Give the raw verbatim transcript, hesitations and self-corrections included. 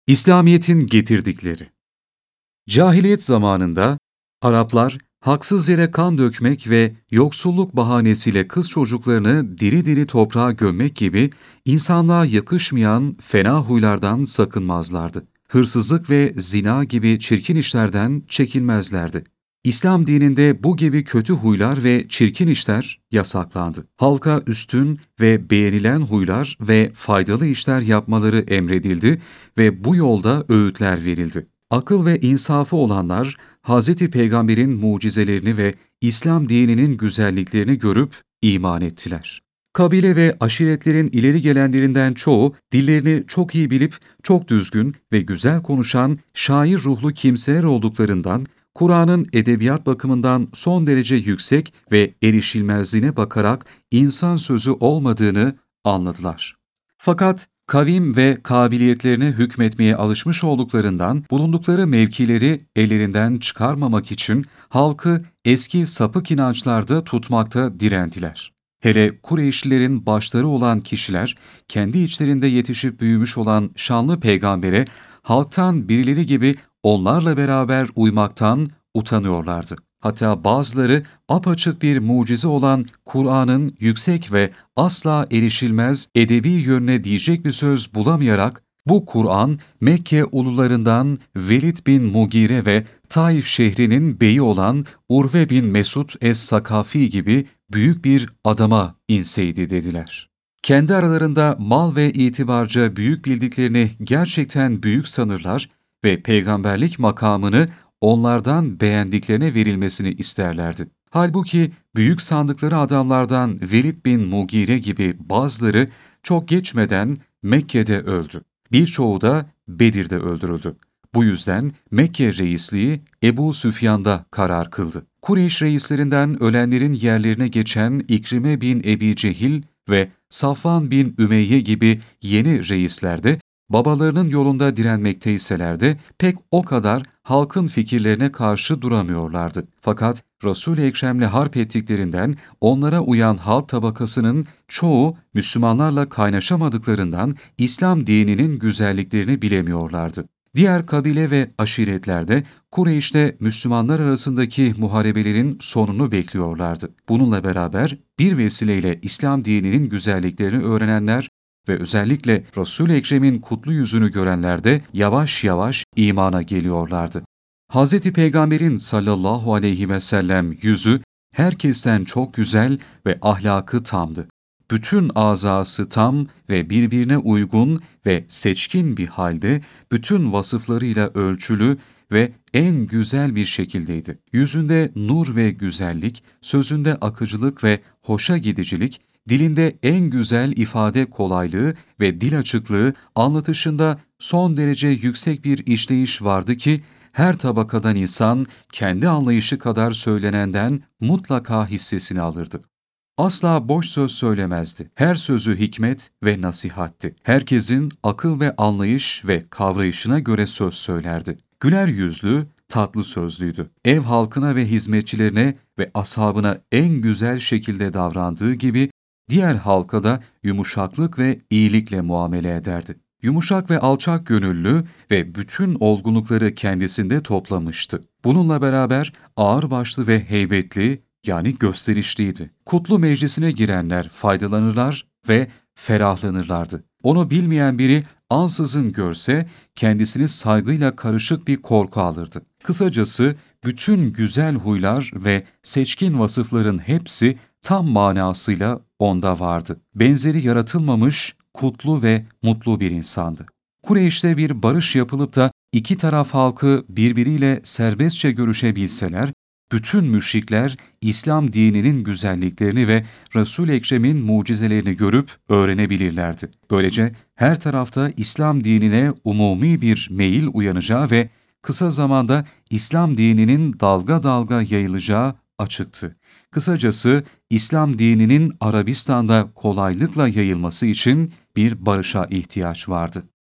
İslamiyet'in getirdikleri. Cahiliyet zamanında Araplar haksız yere kan dökmek ve yoksulluk bahanesiyle kız çocuklarını diri diri toprağa gömmek gibi insanlığa yakışmayan fena huylardan sakınmazlardı. Hırsızlık ve zina gibi çirkin işlerden çekinmezlerdi. İslam dininde bu gibi kötü huylar ve çirkin işler yasaklandı. Halka üstün ve beğenilen huylar ve faydalı işler yapmaları emredildi ve bu yolda öğütler verildi. Akıl ve insafı olanlar, Hz. Peygamber'in mucizelerini ve İslam dininin güzelliklerini görüp iman ettiler. Kabile ve aşiretlerin ileri gelenlerinden çoğu, dillerini çok iyi bilip çok düzgün ve güzel konuşan şair ruhlu kimseler olduklarından, Kur'an'ın edebiyat bakımından son derece yüksek ve erişilmezliğine bakarak insan sözü olmadığını anladılar. Fakat kavim ve kabiliyetlerine hükmetmeye alışmış olduklarından bulundukları mevkileri ellerinden çıkarmamak için halkı eski sapık inançlarda tutmakta direndiler. Hele Kureyşlilerin başları olan kişiler, kendi içlerinde yetişip büyümüş olan şanlı peygambere, halktan birileri gibi onlarla beraber uymaktan utanıyorlardı. Hatta bazıları apaçık bir mucize olan Kur'an'ın yüksek ve asla erişilmez edebi yönüne diyecek bir söz bulamayarak, bu Kur'an Mekke ulularından Velid bin Mugire ve Taif şehrinin beyi olan Urve bin Mesud es-Sakafi gibi büyük bir adama inseydi dediler. Kendi aralarında mal ve itibarca büyük bildiklerini gerçekten büyük sanırlar ve peygamberlik makamını onlardan beğendiklerine verilmesini isterlerdi. Halbuki büyük sandıkları adamlardan Velid bin Mugire gibi bazıları çok geçmeden Mekke'de öldü. Birçoğu da Bedir'de öldürüldü. Bu yüzden Mekke reisliği Ebu Süfyan'da karar kıldı. Kureyş reislerinden ölenlerin yerlerine geçen İkrime bin Ebi Cehil ve Safvan bin Ümeyye gibi yeni reisler de babalarının yolunda direnmekteyseler de pek o kadar halkın fikirlerine karşı duramıyorlardı. Fakat Resul-i Ekrem'le harp ettiklerinden onlara uyan halk tabakasının çoğu Müslümanlarla kaynaşamadıklarından İslam dininin güzelliklerini bilemiyorlardı. Diğer kabile ve aşiretlerde Kureyş'te Müslümanlar arasındaki muharebelerin sonunu bekliyorlardı. Bununla beraber bir vesileyle İslam dininin güzelliklerini öğrenenler ve özellikle Resul-i Ekrem'in kutlu yüzünü görenler de yavaş yavaş imana geliyorlardı. Hz. Peygamber'in sallallahu aleyhi ve sellem yüzü herkesten çok güzel ve ahlakı tamdı. Bütün azası tam ve birbirine uygun ve seçkin bir halde bütün vasıflarıyla ölçülü ve en güzel bir şekildeydi. Yüzünde nur ve güzellik, sözünde akıcılık ve hoşa gidicilik, dilinde en güzel ifade kolaylığı ve dil açıklığı, anlatışında son derece yüksek bir işleyiş vardı ki, her tabakadan insan kendi anlayışı kadar söylenenden mutlaka hissesini alırdı. Asla boş söz söylemezdi. Her sözü hikmet ve nasihatti. Herkesin akıl ve anlayış ve kavrayışına göre söz söylerdi. Güler yüzlü, tatlı sözlüydü. Ev halkına ve hizmetçilerine ve ashabına en güzel şekilde davrandığı gibi diğer halka da yumuşaklık ve iyilikle muamele ederdi. Yumuşak ve alçak gönüllü ve bütün olgunlukları kendisinde toplamıştı. Bununla beraber ağırbaşlı ve heybetli, yani gösterişliydi. Kutlu meclisine girenler faydalanırlar ve ferahlanırlardı. Onu bilmeyen biri ansızın görse kendisini saygıyla karışık bir korku alırdı. Kısacası bütün güzel huylar ve seçkin vasıfların hepsi tam manasıyla onda vardı. Benzeri yaratılmamış, kutlu ve mutlu bir insandı. Kureyş'te bir barış yapılıp da iki taraf halkı birbiriyle serbestçe görüşebilseler, bütün müşrikler İslam dininin güzelliklerini ve Resul-i Ekrem'in mucizelerini görüp öğrenebilirlerdi. Böylece her tarafta İslam dinine umumi bir meyil uyanacağı ve kısa zamanda İslam dininin dalga dalga yayılacağı açıktı. Kısacası İslam dininin Arabistan'da kolaylıkla yayılması için bir barışa ihtiyaç vardı.